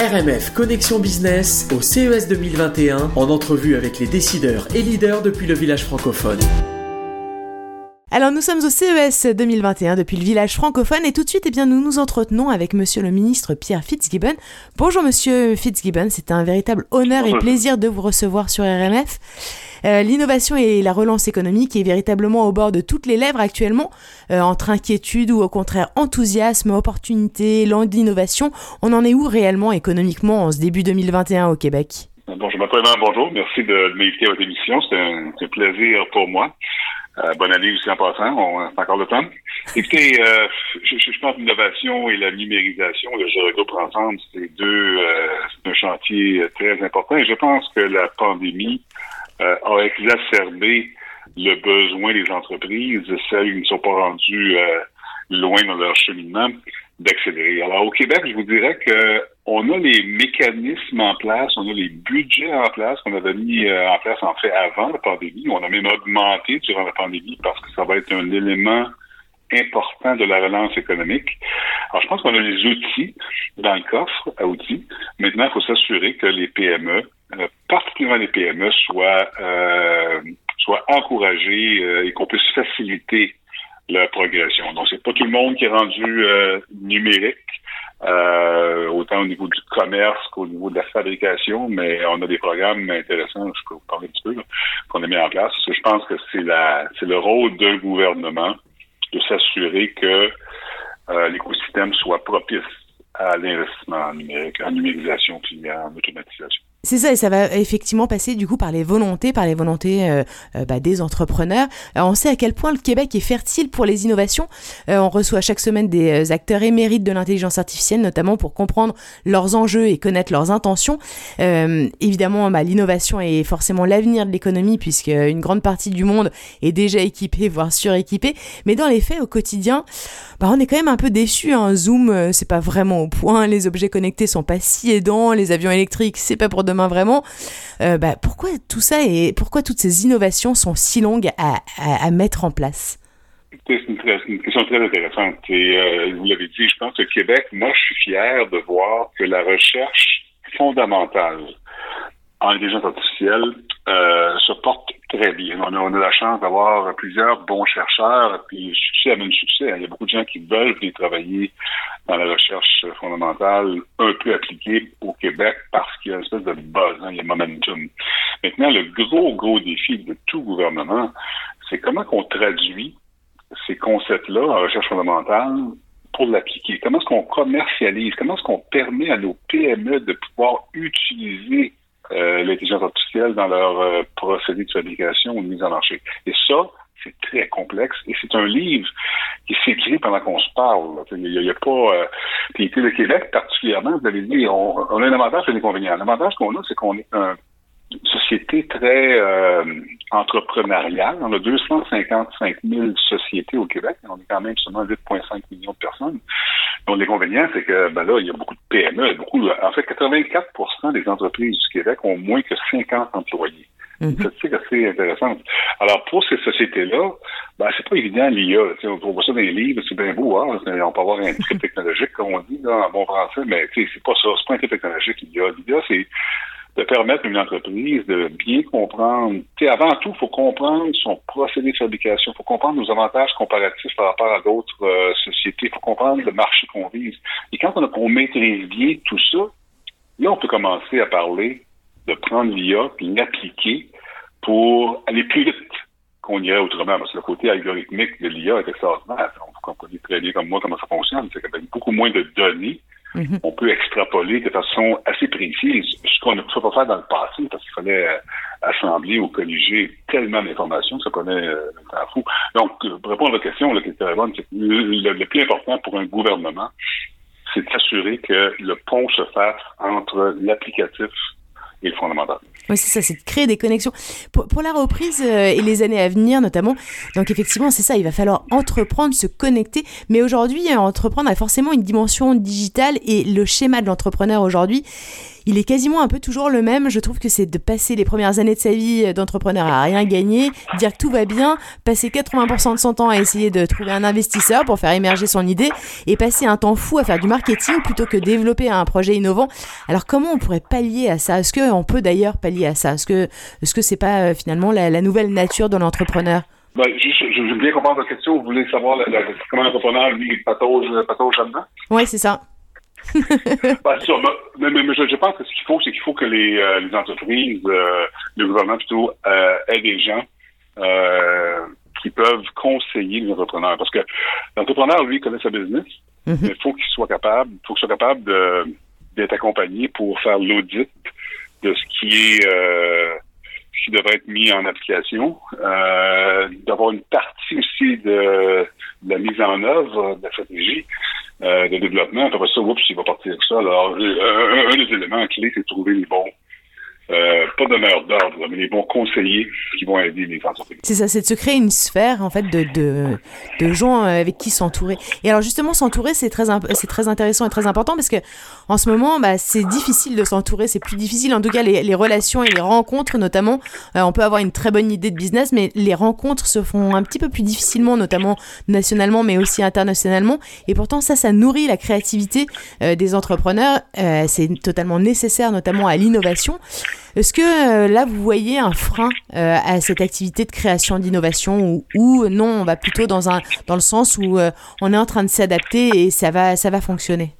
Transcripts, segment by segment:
RMF Connexion Business au CES 2021 en entrevue avec les décideurs et leaders depuis le village francophone. Alors nous sommes au CES 2021 depuis le village francophone et tout de suite nous nous entretenons avec monsieur le ministre Pierre Fitzgibbon. Bonjour monsieur Fitzgibbon, c'est un véritable honneur et plaisir de vous recevoir sur RMF. L'innovation et la relance économique est véritablement au bord de toutes les lèvres actuellement, entre inquiétude ou au contraire enthousiasme, opportunité, langue d'innovation. On en est où réellement économiquement en ce début 2021 au Québec? Bonjour, bonjour. Merci de m'inviter à votre émission. C'est un plaisir pour moi. Bonne année aussi en passant, on a encore le temps. Écoutez, je pense que l'innovation et la numérisation, je regroupe ensemble, c'est un chantier très important. Et je pense que la pandémie a exacerbé le besoin des entreprises, celles qui ne sont pas rendues loin dans leur cheminement, d'accélérer. Alors au Québec, je vous dirais que on a les mécanismes en place, on a les budgets en place qu'on avait mis en place en fait avant la pandémie. On a même augmenté durant la pandémie parce que ça va être un élément important de la relance économique. Alors je pense qu'on a les outils dans le coffre à outils. Maintenant, il faut s'assurer que les PME, particulièrement les PME, soient encouragées et qu'on puisse faciliter leur progression. Donc, c'est pas tout le monde qui est rendu numérique, autant au niveau du commerce qu'au niveau de la fabrication, mais on a des programmes intéressants, je peux vous parler un petit peu, là, qu'on a mis en place. Parce que je pense que c'est le rôle d'un gouvernement de s'assurer que l'écosystème soit propice à l'investissement en numérique, en numérisation puis en automatisation. C'est ça, et ça va effectivement passer du coup par les volontés des entrepreneurs. On sait à quel point le Québec est fertile pour les innovations. On reçoit chaque semaine des acteurs émérites de l'intelligence artificielle, notamment pour comprendre leurs enjeux et connaître leurs intentions. Évidemment, l'innovation est forcément l'avenir de l'économie puisque une grande partie du monde est déjà équipée, voire suréquipée. Mais dans les faits, au quotidien, on est quand même un peu déçus. Zoom, c'est pas vraiment au point. Les objets connectés sont pas si aidants. Les avions électriques, c'est pas pour demain vraiment. Pourquoi tout ça et pourquoi toutes ces innovations sont si longues à mettre en place? C'est une question très intéressante. Et vous l'avez dit, je pense que Québec, moi, je suis fier de voir que la recherche fondamentale en intelligence artificielle se porte très bien. On a la chance d'avoir plusieurs bons chercheurs, puis succès amène succès. Il y a beaucoup de gens qui veulent venir travailler dans la recherche fondamentale un peu appliquée au Québec parce qu'il y a une espèce de buzz, il y a momentum. Maintenant, le gros défi de tout gouvernement, c'est comment qu'on traduit ces concepts-là en recherche fondamentale pour l'appliquer. Comment est-ce qu'on commercialise? Comment est-ce qu'on permet à nos PME de pouvoir utiliser l'intelligence artificielle dans leur procédé de fabrication ou de mise en marché. Et ça, c'est très complexe. Et c'est un livre qui s'écrit pendant qu'on se parle. Il y a pas... Puis le Québec, particulièrement, vous avez dit, on a un avantage et un inconvénient. L'avantage qu'on a, c'est qu'on est une société très entrepreneuriale. On a 255 000 sociétés au Québec. On est quand même seulement 8,5 millions de personnes. Donc, l'inconvénient, c'est que il y a beaucoup de PME. En fait, 84% des entreprises du Québec ont moins que 50 employés. C'est une statistique assez intéressante. Alors, pour ces sociétés-là, c'est pas évident l'IA. On voit ça dans les livres, c'est bien beau. On peut avoir un trip technologique, comme on dit en bon français, mais c'est pas ça. C'est pas un trip technologique, l'IA. L'IA, c'est de permettre à une entreprise de bien comprendre. Avant tout, il faut comprendre son procédé de fabrication. Il faut comprendre nos avantages comparatifs par rapport à d'autres sociétés. Il faut comprendre le marché qu'on vise. Et quand on maîtrise bien tout ça, là, on peut commencer à parler de prendre l'IA et l'appliquer pour aller plus vite qu'on irait autrement. Parce que le côté algorithmique de l'IA est extraordinaire. On connaît très bien comme moi comment ça fonctionne. C'est qu'avec beaucoup moins de données, on peut extrapoler de façon assez précise ce qu'on ne pouvait pas faire dans le passé parce qu'il fallait assembler ou colliger tellement d'informations que ça prenait un temps fou. Donc, pour répondre à la question, qui est très bonne, c'est que le plus important pour un gouvernement, c'est de s'assurer que le pont se fasse entre l'applicatif et le fondamental. Oui, c'est ça, c'est de créer des connexions. Pour la reprise et les années à venir notamment, donc effectivement, c'est ça, il va falloir entreprendre, se connecter. Mais aujourd'hui, entreprendre a forcément une dimension digitale et le schéma de l'entrepreneur aujourd'hui, il est quasiment un peu toujours le même. Je trouve que c'est de passer les premières années de sa vie d'entrepreneur à rien gagner, dire que tout va bien, passer 80% de son temps à essayer de trouver un investisseur pour faire émerger son idée et passer un temps fou à faire du marketing plutôt que développer un projet innovant. Alors comment on pourrait pallier à ça? Est-ce qu'on peut d'ailleurs pallier à ça? Est-ce que c'est pas finalement la nouvelle nature de l'entrepreneur? Je veux bien comprendre votre question. Vous voulez savoir comment l'entrepreneur, lui, patauge là-dedans? Oui, c'est ça. Sûr, mais je pense que ce qu'il faut, c'est qu'il faut que les entreprises, le gouvernement plutôt, aient des gens qui peuvent conseiller les entrepreneurs. Parce que l'entrepreneur, lui, connaît sa business, mais il faut qu'il soit capable d'être accompagné pour faire l'audit de ce qui devrait être mis en application, d'avoir une partie aussi de la mise en œuvre de la stratégie de développement. Après ça, il va partir avec ça. Alors, un des éléments clés, c'est de trouver les bons, pas donneurs d'ordre, mais les bons conseillers qui vont aider les entreprises. C'est ça, c'est de se créer une sphère en fait de gens avec qui s'entourer. Et alors justement, s'entourer, c'est très intéressant et très important parce que en ce moment, c'est difficile de s'entourer, c'est plus difficile. En tout cas, les relations et les rencontres, notamment, on peut avoir une très bonne idée de business, mais les rencontres se font un petit peu plus difficilement, notamment nationalement, mais aussi internationalement. Et pourtant, ça nourrit la créativité des entrepreneurs. C'est totalement nécessaire, notamment à l'innovation. Est-ce que là, vous voyez un frein à cette activité de création d'innovation ou non, on va plutôt dans le sens où on est en train de s'adapter et ça va fonctionner?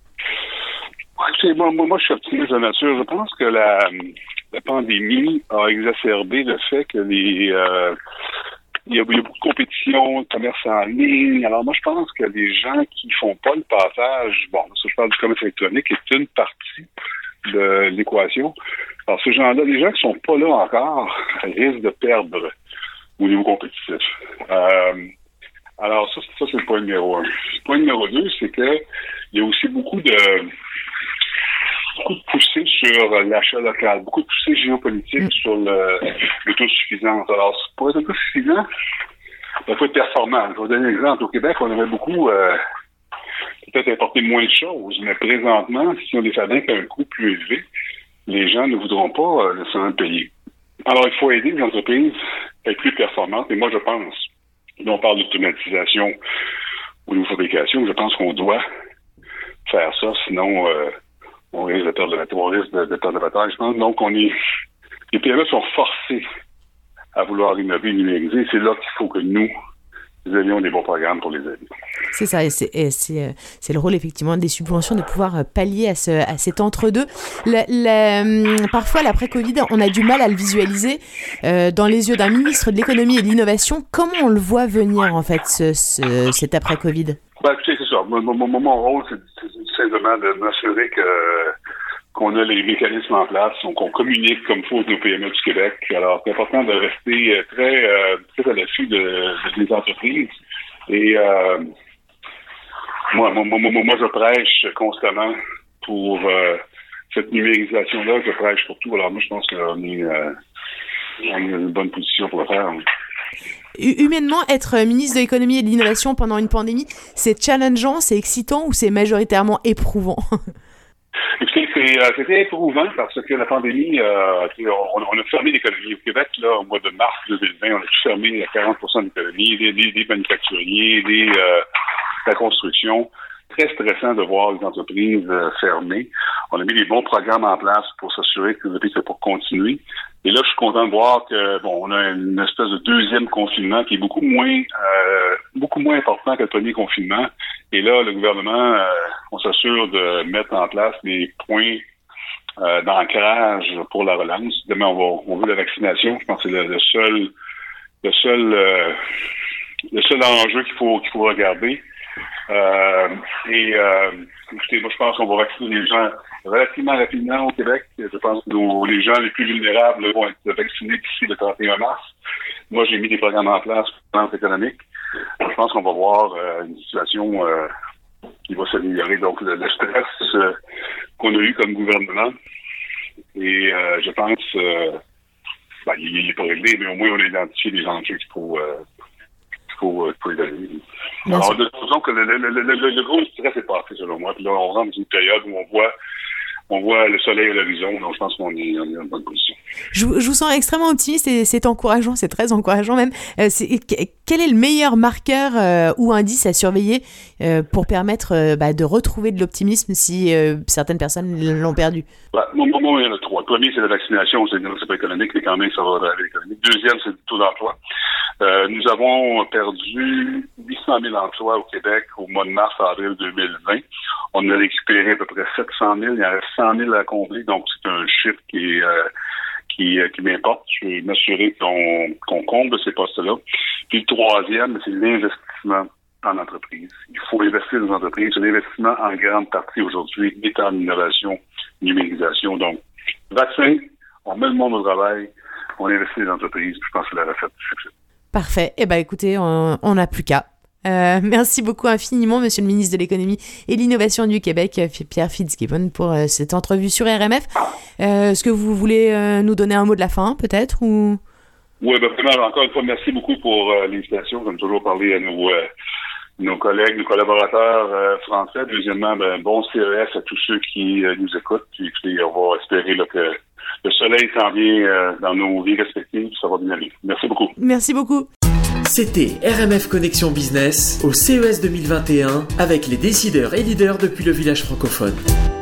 Moi, je suis optimiste de nature. Je pense que la pandémie a exacerbé le fait que il y a beaucoup de compétition, de commerce en ligne. Alors moi, je pense que les gens qui font pas le passage, je parle du commerce électronique, est une partie de l'équation. Alors, ces gens-là, les gens qui sont pas là encore, risquent de perdre au niveau compétitif. Alors, ça, c'est le point numéro 1. Le point numéro 2, c'est que il y a aussi beaucoup de poussées sur l'achat local, beaucoup de poussées géopolitiques sur l'autosuffisance. Alors, pour être autosuffisant, il faut être performant. Je vais vous donner un exemple. Au Québec, on aimerait beaucoup peut-être importer moins de choses, mais présentement, si on les fabrique à un coût plus élevé, les gens ne voudront pas nécessairement payer. Alors, il faut aider les entreprises à être plus performantes. Et moi, je pense, là, on parle d'automatisation au niveau fabrication, je pense qu'on doit faire ça, sinon on risque de perdre le bataille, je pense. Donc, les PME sont forcés à vouloir innover, numériser. C'est là qu'il faut que nous ayons des bons programmes pour les aider. C'est ça, et c'est le rôle effectivement des subventions de pouvoir pallier à cet entre-deux. Parfois, l'après-Covid, on a du mal à le visualiser dans les yeux d'un ministre de l'économie et de l'innovation. Comment on le voit venir en fait cet après-Covid? Écoutez, c'est ça. Mon rôle, c'est simplement de m'assurer qu'on a les mécanismes en place, qu'on communique comme il faut avec nos PME du Québec. Alors, c'est important de rester très à l'affût des entreprises. Et moi, je prêche constamment pour cette numérisation-là. Je prêche pour tout. Alors, moi, je pense qu'on est dans une bonne position pour le faire. Humainement, être ministre de l'économie et de l'innovation pendant une pandémie, c'est challengeant, c'est excitant ou c'est majoritairement éprouvant? Écoutez, c'était éprouvant parce que la pandémie, on a fermé l'économie au Québec. Là, au mois de mars 2020, on a tout fermé à 40% de l'économie, des manufacturiers, la construction. Très stressant de voir les entreprises fermées. On a mis des bons programmes en place pour s'assurer que les entreprises pour continuer. Et là, je suis content de voir que on a une espèce de deuxième confinement qui est beaucoup moins important que le premier confinement. Et là, le gouvernement, on s'assure de mettre en place des points d'ancrage pour la relance. Demain, on veut la vaccination. Je pense que c'est le seul enjeu qu'il faut regarder. Écoutez, moi, je pense qu'on va vacciner les gens relativement rapidement au Québec. Je pense que les gens les plus vulnérables vont être vaccinés d'ici le 31 mars. Moi, j'ai mis des programmes en place pour le plan économique. Je pense qu'on va voir une situation qui va s'améliorer. Donc, le stress qu'on a eu comme gouvernement, et je pense il n'est pas réglé, mais au moins on a identifié les enjeux qu'il faut évaluer. Alors, disons que le gros stress est passé, selon moi. Puis là, on rentre dans une période où on voit on voit le soleil à l'horizon, donc je pense qu'on est en bonne position. Je vous sens extrêmement optimiste et c'est encourageant, c'est très encourageant même. Quel est le meilleur marqueur ou indice à surveiller pour permettre de retrouver de l'optimisme si certaines personnes l'ont perdu? Moi, il y en a 3. Le premier, c'est la vaccination, c'est pas économique, mais quand même, ça va avec l'économie. Deuxième, c'est le taux d'emploi. Nous avons perdu 800 000 emplois au Québec au mois de mars-avril 2020. On a récupéré à peu près 700 000. Il y en reste 100 000 à combler, donc c'est un chiffre qui m'importe. Je vais m'assurer qu'on comble ces postes-là. Puis le troisième, c'est l'investissement en entreprise. Il faut investir dans les entreprises. L'investissement, en grande partie aujourd'hui, est en innovation, numérisation. Donc, vaccin, on met le monde au travail, on investit dans les entreprises. Je pense que c'est la recette du succès. Parfait. Écoutez, on n'a plus qu'à. Merci beaucoup infiniment, Monsieur le ministre de l'Économie et de l'Innovation du Québec, Pierre Fitzgibbon, pour cette entrevue sur RMF. Est-ce que vous voulez nous donner un mot de la fin, peut-être ou... Oui, vraiment, encore une fois, merci beaucoup pour l'invitation. Comme toujours, parler à nos collègues, nos collaborateurs français. Deuxièmement, bon CES à tous ceux qui nous écoutent. Puis, on va espérer que le soleil s'en vient dans nos vies respectives. Ça va bien aller. Merci beaucoup. Merci beaucoup. C'était RMF Connexion Business au CES 2021 avec les décideurs et leaders depuis le village francophone.